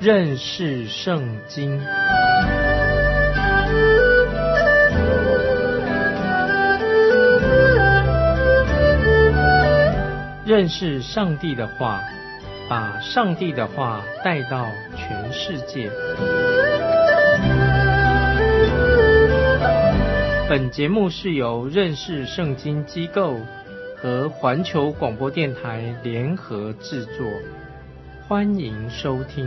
认识圣经。认识上帝的话，把上帝的话带到全世界。本节目是由认识圣经机构和环球广播电台联合制作，欢迎收听。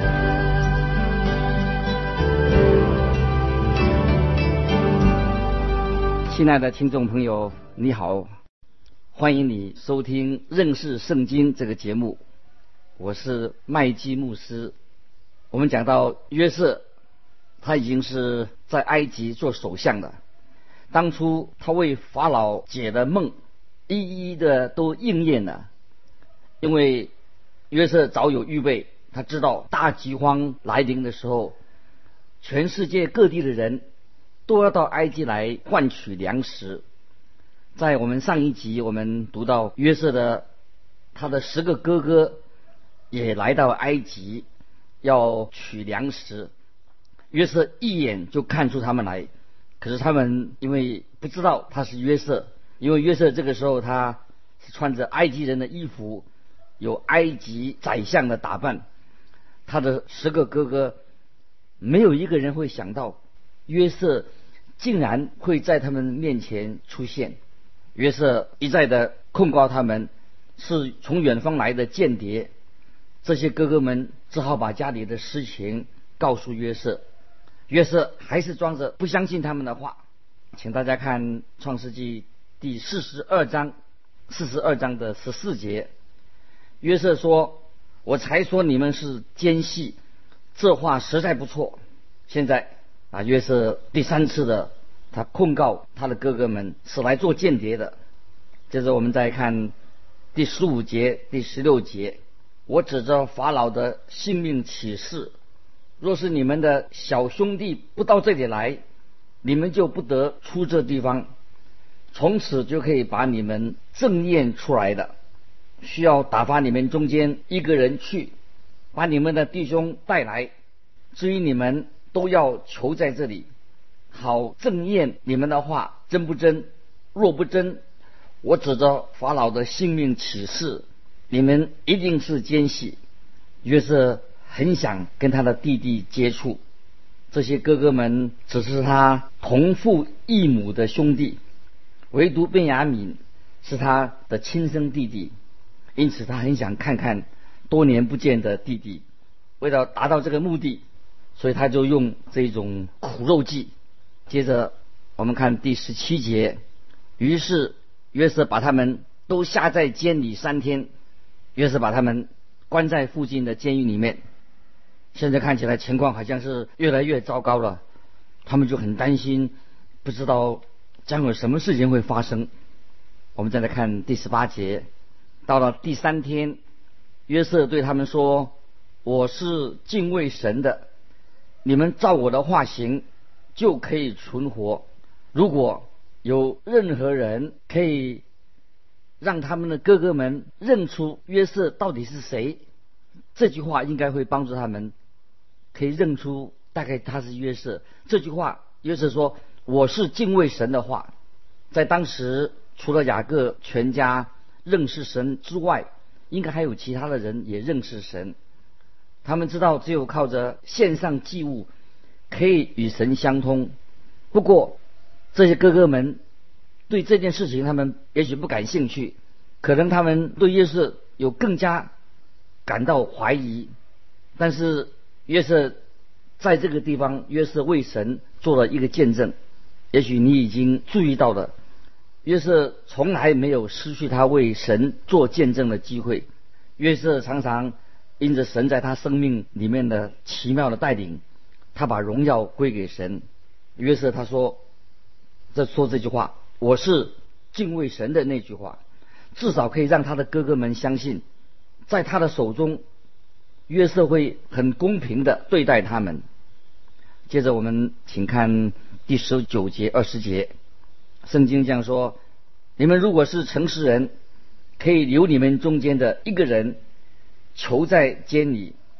亲爱的听众朋友，你好，欢迎你收听认识圣经这个节目，我是麦基牧师。我们讲到约瑟，他已经是在埃及做首相的。当初他为法老解的梦一一的都应验了，因为约瑟早有预备，他知道大饥荒来临的时候，全世界各地的人都要到埃及来换取粮食。在我们上一集我们读到约瑟他的10个哥哥也来到埃及要取粮食，约瑟一眼就看出他们来，可是他们因为不知道他是约瑟，因为约瑟这个时候他是穿着埃及人的衣服，有埃及宰相的打扮，他的10个哥哥没有一个人会想到约瑟竟然会在他们面前出现。约瑟一再的控告他们是从远方来的间谍，这些哥哥们只好把家里的事情告诉约瑟，约瑟还是装着不相信他们的话。请大家看创世纪第42章的14节，约瑟说，我才说你们是奸细，这话实在不错。现在约瑟第3次的他控告他的哥哥们是来做间谍的。接着我们再看第15节第16节，我指着法老的性命起誓，若是你们的小兄弟不到这里来，你们就不得出这地方，从此就可以把你们正验出来的。需要打发你们中间一个人去，把你们的弟兄带来，至于你们都要求在这里，好正验你们的话真不真。若不真，我指着法老的性命起誓，你们一定是奸细。约瑟很想跟他的弟弟接触，这些哥哥们只是他同父异母的兄弟，唯独便雅悯是他的亲生弟弟，因此他很想看看多年不见的弟弟。为了达到这个目的，所以他就用这种苦肉计。接着我们看第17节，于是约瑟把他们都下在监里3天，约瑟把他们关在附近的监狱里面。现在看起来情况好像是越来越糟糕了，他们就很担心，不知道将有什么事情会发生。我们再来看第18节，到了第3天，约瑟对他们说，我是敬畏神的，你们照我的话行，就可以存活。如果有任何人可以让他们的哥哥们认出约瑟到底是谁，这句话应该会帮助他们可以认出大概他是约瑟。这句话约瑟说我是敬畏神的话，在当时除了雅各全家认识神之外，应该还有其他的人也认识神。他们知道只有靠着献上祭物可以与神相通。不过这些哥哥们对这件事情他们也许不感兴趣，可能他们对约瑟有更加感到怀疑。但是约瑟在这个地方，约瑟为神做了一个见证。也许你已经注意到了，约瑟从来没有失去他为神做见证的机会。约瑟常常因着神在他生命里面的奇妙的带领，他把荣耀归给神。约瑟他说这句话，我是敬畏神的那句话，至少可以让他的哥哥们相信，在他的手中约瑟会很公平的对待他们。接着我们请看第19节20节，圣经这样说，你们如果是诚实人，可以留你们中间的一个人囚在监里，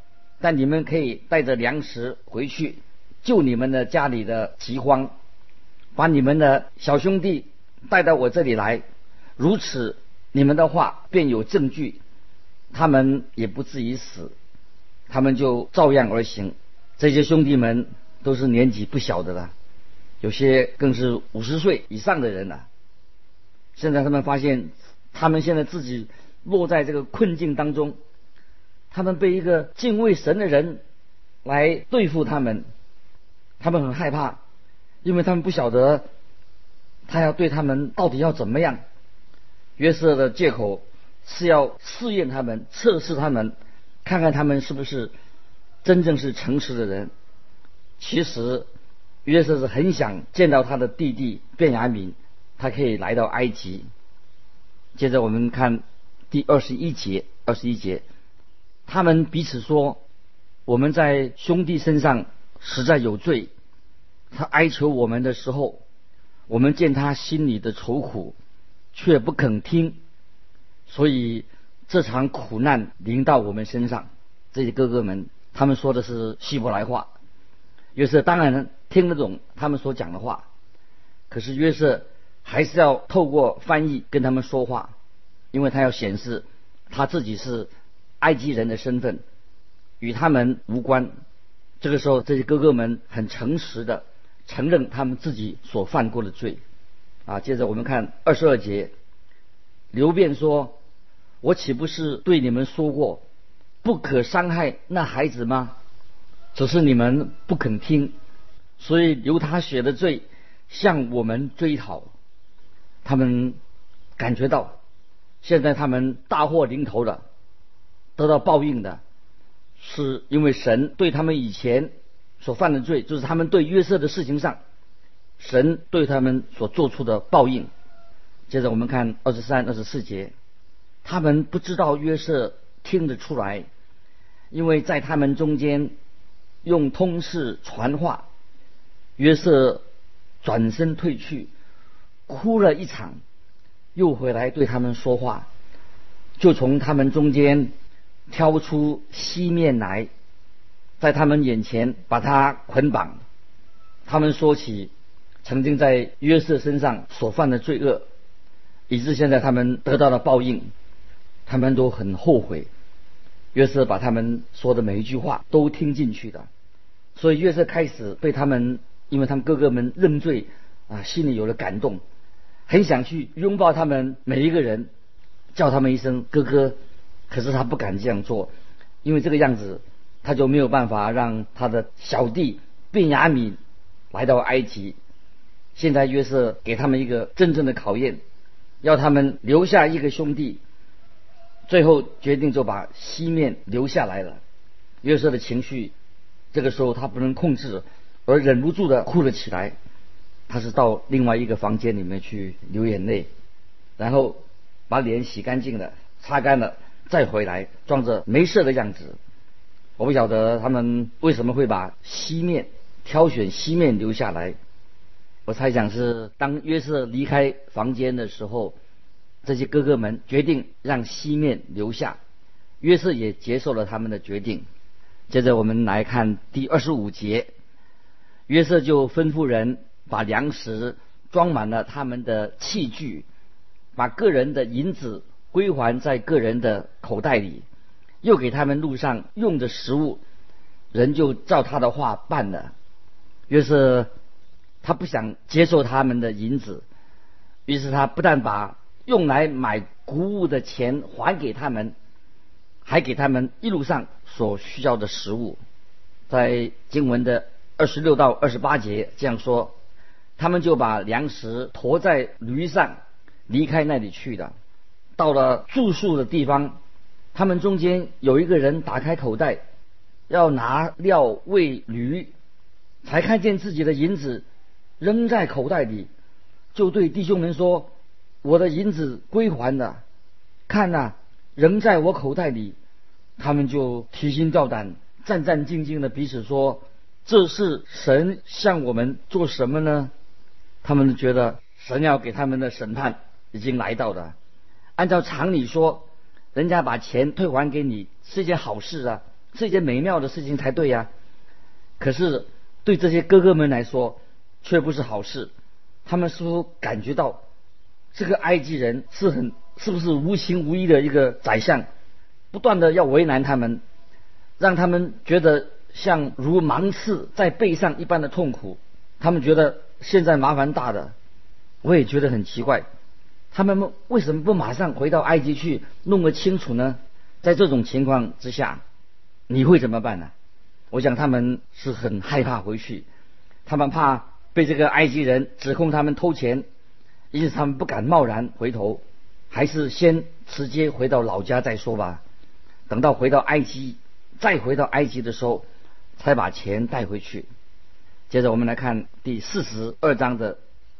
但你们可以带着粮食回去，救你们的家里的饥荒，把你们的小兄弟带到我这里来，如此你们的话便有证据，他们也不至于死。他们就照样而行。这些兄弟们都是年纪不小的了，有些更是50岁以上的人了。现在他们发现，他们现在自己落在这个困境当中，他们被一个敬畏神的人来对付他们，他们很害怕，因为他们不晓得他要对他们到底要怎么样。约瑟的借口是要试验他们，测试他们，看看他们是不是真正是诚实的人。其实约瑟是很想见到他的弟弟便雅悯，他可以来到埃及。接着我们看第21节，他们彼此说，我们在兄弟身上实在有罪，他哀求我们的时候，我们见他心里的愁苦，却不肯听，所以这场苦难临到我们身上。这些哥哥们他们说的是希伯来话，约瑟当然听得懂他们所讲的话，可是约瑟还是要透过翻译跟他们说话，因为他要显示他自己是埃及人的身份，与他们无关。这个时候这些哥哥们很诚实的承认他们自己所犯过的罪。接着我们看22节，流便说，我岂不是对你们说过不可伤害那孩子吗？只是你们不肯听，所以流他血的罪向我们追讨。他们感觉到现在他们大祸临头了，得到报应的是因为神对他们以前所犯的罪，就是他们对约瑟的事情上，神对他们所做出的报应。接着我们看23、24节，他们不知道约瑟听得出来，因为在他们中间用通事传话。约瑟转身退去，哭了一场，又回来对他们说话，就从他们中间挑出西面来，在他们眼前把他捆绑。他们说起曾经在约瑟身上所犯的罪恶，以致现在他们得到了报应，他们都很后悔。约瑟把他们说的每一句话都听进去的，所以约瑟开始被他们，因为他们哥哥们认罪心里有了感动，很想去拥抱他们每一个人，叫他们一声哥哥。可是他不敢这样做，因为这个样子他就没有办法让他的小弟便雅悯来到埃及。现在约瑟给他们一个真正的考验，要他们留下一个兄弟，最后决定就把西面留下来了。约瑟的情绪这个时候他不能控制，而忍不住的哭了起来。他是到另外一个房间里面去流眼泪，然后把脸洗干净了，擦干了，再回来装着没事的样子。我不晓得他们为什么会把西面挑选西面留下来。我猜想是当约瑟离开房间的时候，这些哥哥们决定让西面留下，约瑟也接受了他们的决定。接着我们来看第25节，约瑟就吩咐人把粮食装满了他们的器具，把个人的银子归还在个人的口袋里，又给他们路上用的食物，人就照他的话办了。约瑟他不想接受他们的银子，于是他不但把用来买谷物的钱还给他们，还给他们一路上所需要的食物。在经文的26到28节这样说，他们就把粮食驮在驴上离开那里去了。到了住宿的地方，他们中间有一个人打开口袋要拿料喂驴，才看见自己的银子扔在口袋里，就对弟兄们说，我的银子归还了，看仍在我口袋里。他们就提心吊胆，战战兢兢的彼此说，这是神向我们做什么呢？他们觉得神要给他们的审判已经来到了。按照常理说，人家把钱退还给你是一件好事是一件美妙的事情才对呀。可是对这些哥哥们来说却不是好事，他们似乎感觉到这个埃及人是不是无情无义的一个宰相，不断的要为难他们，让他们觉得像如芒刺在背上一般的痛苦。他们觉得现在麻烦大了。我也觉得很奇怪，他们为什么不马上回到埃及去弄个清楚呢？在这种情况之下，你会怎么办呢？我想他们是很害怕回去，他们怕被这个埃及人指控他们偷钱，因此他们不敢贸然回头，还是先直接回到老家再说吧。等到回到埃及的时候，才把钱带回去。接着我们来看第42章的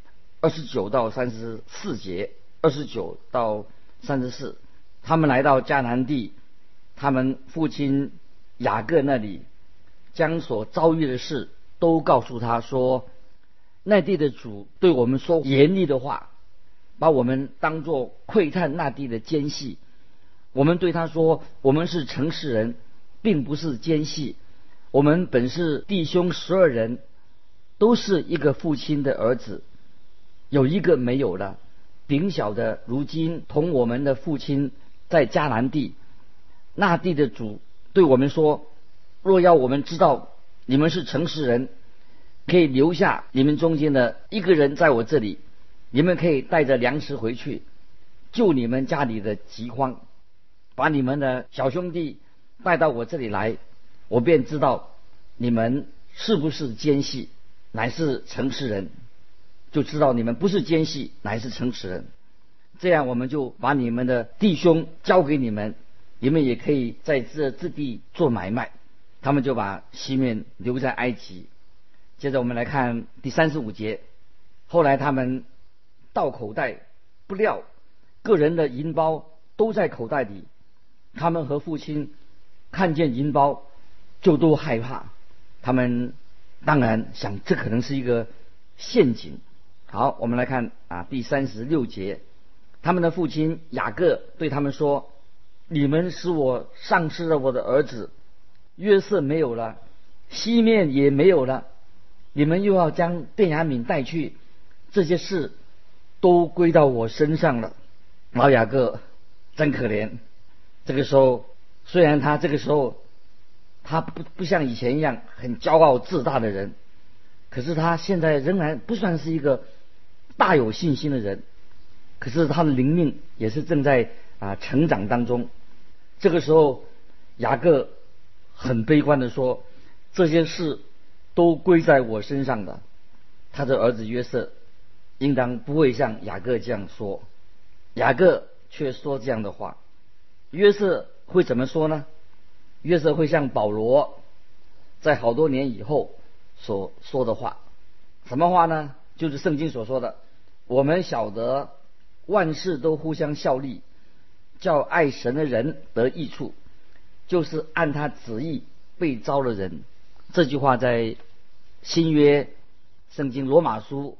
29到34节，29到34，他们来到迦南地，他们父亲雅各那里，将所遭遇的事都告诉他说，那地的主对我们说严厉的话，把我们当作窥探那地的奸细。我们对他说，我们是诚实人，并不是奸细，我们本是弟兄12人，都是一个父亲的儿子，有一个没有了，丙小的如今同我们的父亲在迦南地。那地的主对我们说，若要我们知道你们是诚实人，可以留下你们中间的一个人在我这里，你们可以带着粮食回去，救你们家里的饥荒，把你们的小兄弟带到我这里来，我便知道你们是不是奸细，乃是诚实人，就知道你们不是奸细，乃是诚实人。这样我们就把你们的弟兄交给你们，你们也可以在这地做买卖。他们就把西面留在埃及。接着我们来看第35节，后来他们倒口袋，不料个人的银包都在口袋里，他们和父亲看见银包就都害怕，他们当然想这可能是一个陷阱。好，我们来看第36节，他们的父亲雅各对他们说，你们使我丧失了我的儿子，约瑟没有了，西面也没有了，你们又要将便雅悯带去，这些事都归到我身上了。老雅各真可怜，这个时候虽然他这个时候他不像以前一样很骄傲自大的人，可是他现在仍然不算是一个大有信心的人，可是他的灵命也是正在成长当中。这个时候雅各很悲观的说，这些事都归在我身上的。他的儿子约瑟应当不会像雅各这样说，雅各却说这样的话。约瑟会怎么说呢？约瑟会像保罗在好多年以后所说的话。什么话呢？就是圣经所说的，我们晓得万事都互相效力，叫爱神的人得益处，就是按他旨意被招的人。这句话在新约圣经罗马书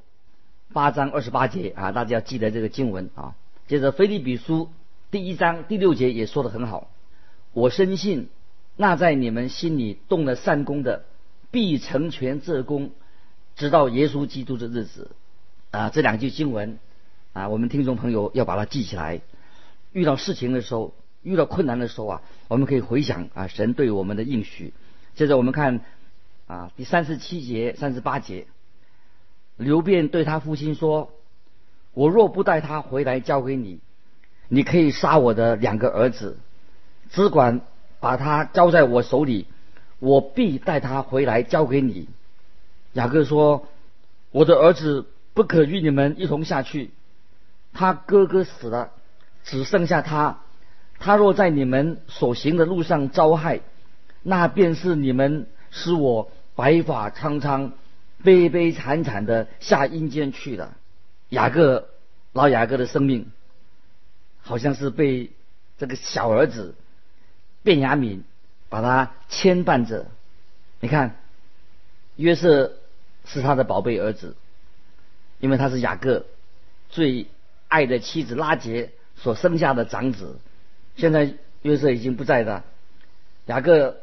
8章28节大家要记得这个经文接着腓立比书第1章第6节也说得很好，我深信那在你们心里动了善功的，必成全这功，直到耶稣基督的日子。这两句经文我们听众朋友要把它记起来。遇到事情的时候，遇到困难的时候我们可以回想神对我们的应许。接着我们看第37节38节，流便对他父亲说，我若不带他回来交给你，你可以杀我的2个儿子，只管把他交在我手里，我必带他回来交给你。雅各说，我的儿子不可与你们一同下去，他哥哥死了，只剩下他，他若在你们所行的路上遭害，那便是你们使我白发苍苍悲悲惨惨的下阴间去了。老雅各的生命好像是被这个小儿子便雅悯把他牵绊着。你看约瑟是他的宝贝儿子，因为他是雅各最爱的妻子拉结所生下的长子。现在约瑟已经不在了，雅各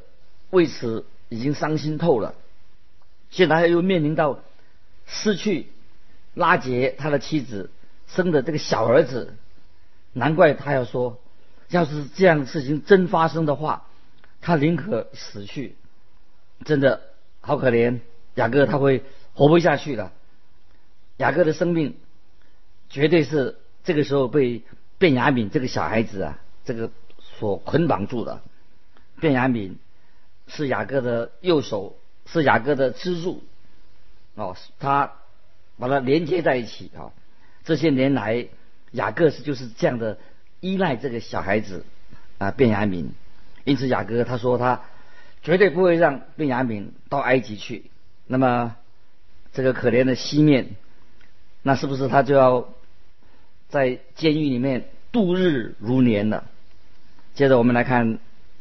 为此已经伤心透了，现在他又面临到失去拉结他的妻子生的这个小儿子，难怪他要说，要是这样的事情真发生的话，他宁可死去。真的好可怜，雅各他会活不下去了。雅各的生命绝对是这个时候被便雅悯这个小孩子这个所捆绑住的。便雅悯是雅各的右手，是雅各的支柱他把它连接在一起这些年来雅各就是这样的依赖这个小孩子便雅悯。因此雅各他说他绝对不会让便雅悯到埃及去。那么这个可怜的西面，那是不是他就要在监狱里面度日如年了？接着我们来看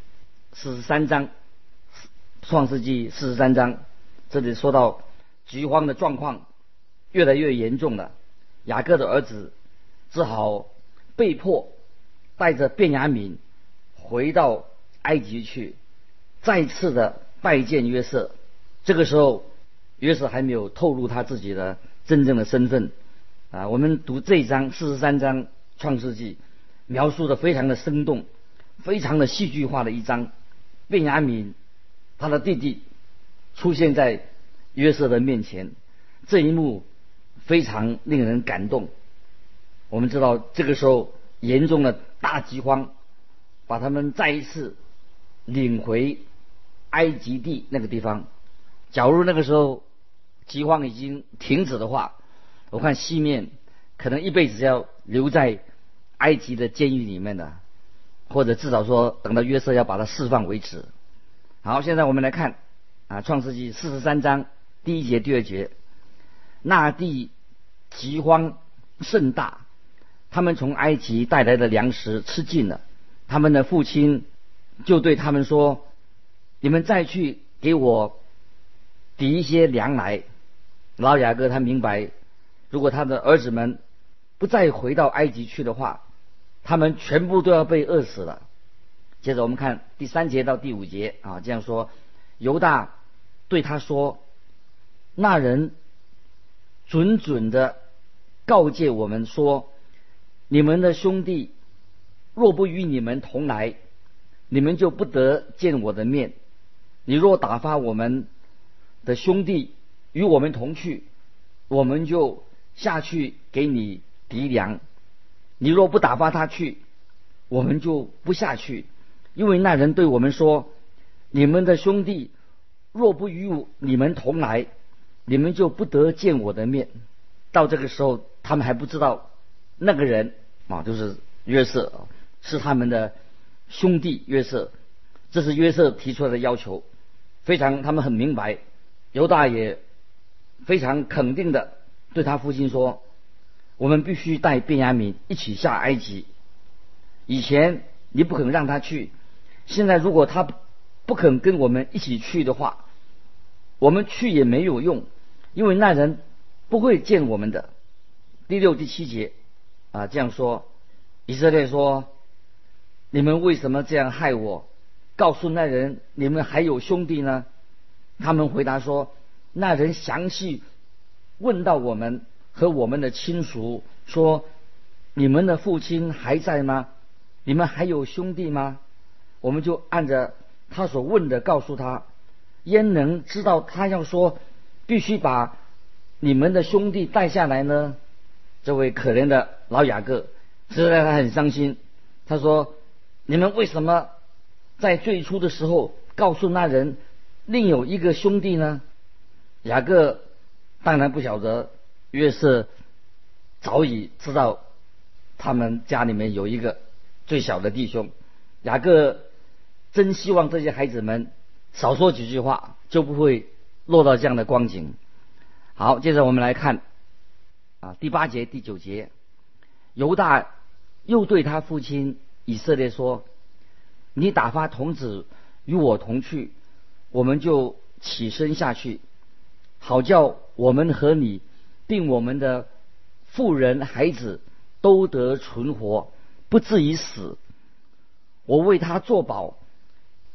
43章，创世纪43章，这里说到饥荒的状况越来越严重了。雅各的儿子只好被迫带着便雅悯回到埃及去，再次的拜见约瑟。这个时候约瑟还没有透露他自己的真正的身份我们读这一章43章创世纪，描述的非常的生动，非常的戏剧化的一章。便雅悯他的弟弟出现在约瑟的面前，这一幕非常令人感动。我们知道这个时候严重的大饥荒把他们再一次领回埃及地那个地方。假如那个时候饥荒已经停止的话，我看西面可能一辈子要留在埃及的监狱里面的，或者至少说等到约瑟要把他释放为止。好，现在我们来看创世纪43章第1节第2节。那地饥荒甚大，他们从埃及带来的粮食吃尽了，他们的父亲就对他们说，你们再去给我抵一些粮来。老雅各他明白，如果他的儿子们不再回到埃及去的话，他们全部都要被饿死了。接着我们看第3节到第5节这样说，犹大对他说，那人准的告诫我们说，你们的兄弟若不与你们同来，你们就不得见我的面。你若打发我们的兄弟与我们同去，我们就下去给你抵粮。你若不打发他去，我们就不下去。因为那人对我们说，你们的兄弟若不与你们同来，你们就不得见我的面。到这个时候他们还不知道那个人就是约瑟是他们的兄弟约瑟。这是约瑟提出来的要求，他们很明白。犹大也非常肯定的对他父亲说，我们必须带便雅悯一起下埃及。以前你不肯让他去，现在如果他不肯跟我们一起去的话，我们去也没有用，因为那人不会见我们的。第6、第7节这样说，以色列说，你们为什么这样害我？告诉那人，你们还有兄弟呢？他们回答说，那人详细问到我们和我们的亲属，说，你们的父亲还在吗？你们还有兄弟吗？我们就按着他所问的告诉他。焉能知道他要说必须把你们的兄弟带下来呢？这位可怜的老雅各实在他很伤心。他说，你们为什么在最初的时候告诉那人另有一个兄弟呢？雅各当然不晓得约瑟早已知道他们家里面有一个最小的弟兄。雅各真希望这些孩子们少说几句话，就不会落到这样的光景。好，接着我们来看第8节第9节。犹大又对他父亲以色列说，你打发童子与我同去，我们就起身下去，好叫我们和你并我们的妇人孩子都得存活，不至于死。我为他作保，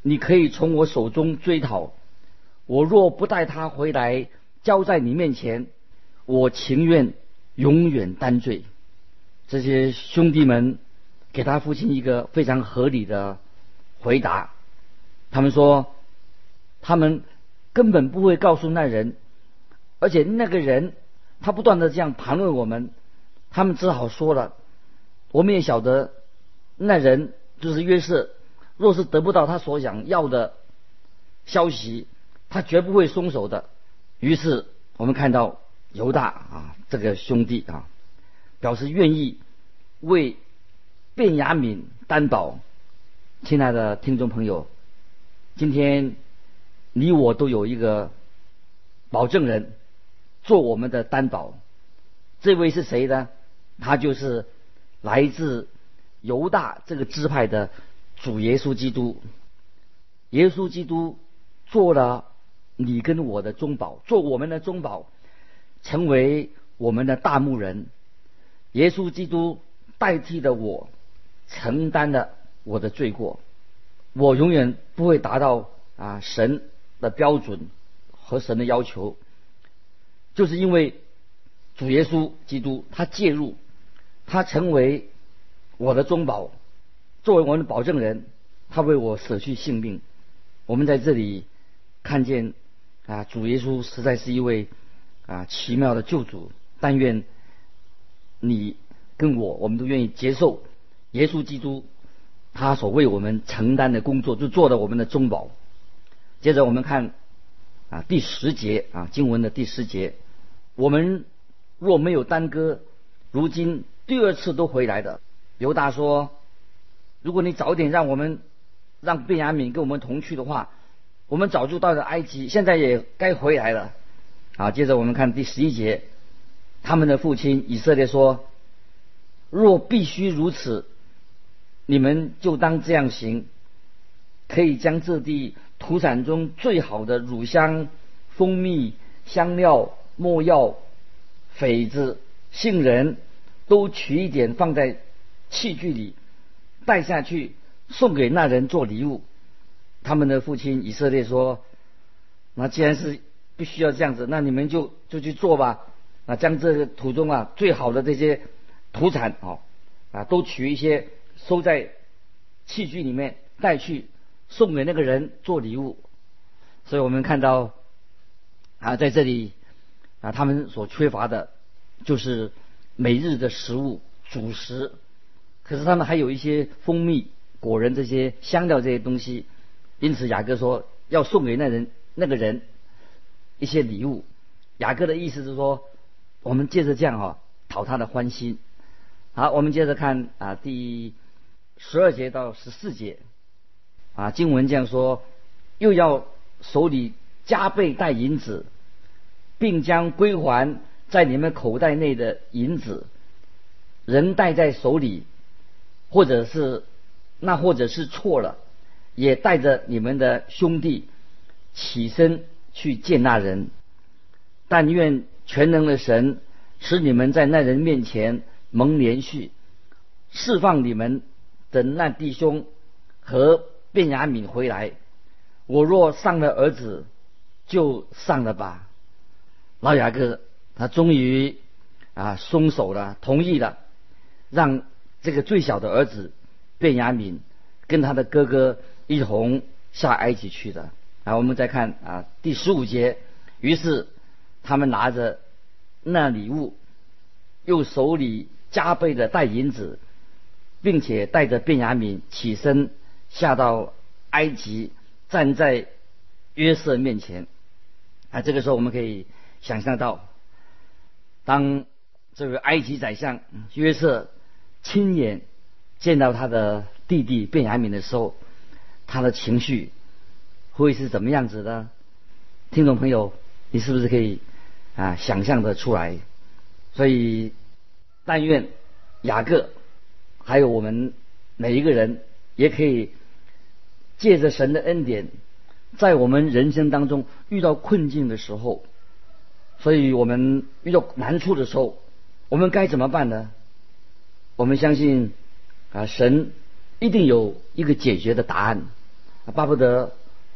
你可以从我手中追讨。我若不带他回来交在你面前，我情愿永远担罪。这些兄弟们给他父亲一个非常合理的回答，他们说他们根本不会告诉那人，而且那个人他不断的这样盘问我们，他们只好说了，我们也晓得那人就是约瑟，若是得不到他所想要的消息，他绝不会松手的。于是我们看到犹大这个兄弟表示愿意为便雅悯担保。亲爱的听众朋友，今天你我都有一个保证人做我们的担保。这位是谁呢？他就是来自犹大这个支派的主耶稣基督。耶稣基督做了你跟我的中保，做我们的中保，成为我们的大牧人。耶稣基督代替了我，承担了我的罪过。我永远不会达到神的标准和神的要求，就是因为主耶稣基督他介入，他成为我的中保，作为我们的保证人，他为我舍去性命。我们在这里看见主耶稣实在是一位奇妙的救主。但愿你跟我们都愿意接受耶稣基督他所为我们承担的工作，就做了我们的中保。接着我们看第10节经文的第10节，我们若没有耽搁，如今第2次都回来的。犹大说，如果你早点让便雅悯跟我们同去的话，我们早就到了埃及，现在也该回来了。接着我们看第11节，他们的父亲以色列说，若必须如此，你们就当这样行，可以将这地土产中最好的乳香、蜂蜜、香料、没药、榧子、杏仁都取一点放在器具里，带下去送给那人做礼物。他们的父亲以色列说，那既然是必须要这样子，那你们就去做吧。将这个土中最好的这些土产都取一些收在器具里面，带去送给那个人做礼物。所以我们看到在这里他们所缺乏的就是每日的食物主食，可是他们还有一些蜂蜜、果仁这些香料这些东西，因此雅各说要送给那个人一些礼物。雅各的意思是说，我们借着这样讨他的欢心。好，我们接着看第12节到14节经文这样说，又要手里加倍带银子，并将归还在你们口袋内的银子，人带在手里，或者是错了，也带着你们的兄弟起身去见那人。但愿全能的神使你们在那人面前蒙连续，释放你们的那弟兄和便雅悯回来。我若丧了儿子，就丧了吧。老雅各他终于松手了，同意了，让这个最小的儿子便雅悯跟他的哥哥一同下埃及去的。我们再看第15节，于是他们拿着那礼物，又手里加倍的带银子，并且带着便雅悯起身下到埃及，站在约瑟面前。这个时候我们可以想象到，当这个埃及宰相约瑟亲眼见到他的弟弟便雅悯的时候，他的情绪会是怎么样子的？听众朋友，你是不是可以想象得出来？所以但愿雅各还有我们每一个人也可以借着神的恩典，在我们人生当中遇到困境的时候，所以我们遇到难处的时候，我们该怎么办呢？我们相信神一定有一个解决的答案。 巴不得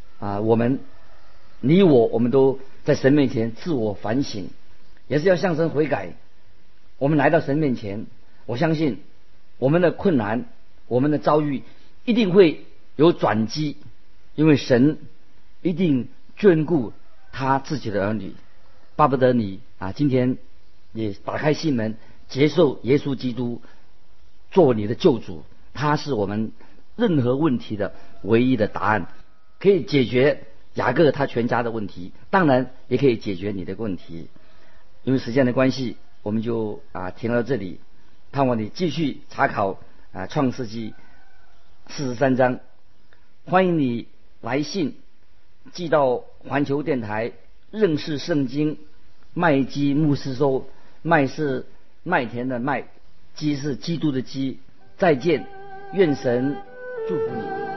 你我们都在神面前自我反省，也是要向神悔改。我们来到神面前，我相信我们的困难，我们的遭遇一定会有转机，因为神一定眷顾他自己的儿女。巴不得你今天也打开心门，接受耶稣基督做你的救主，他是我们任何问题的唯一的答案，可以解决雅各他全家的问题，当然也可以解决你的问题。因为时间的关系，我们就停到这里，盼望你继续查考创世纪43章。欢迎你来信寄到环球电台认识圣经麦基牧师收，麦是麦田的麦，基是基督的基。再见，愿神祝福你。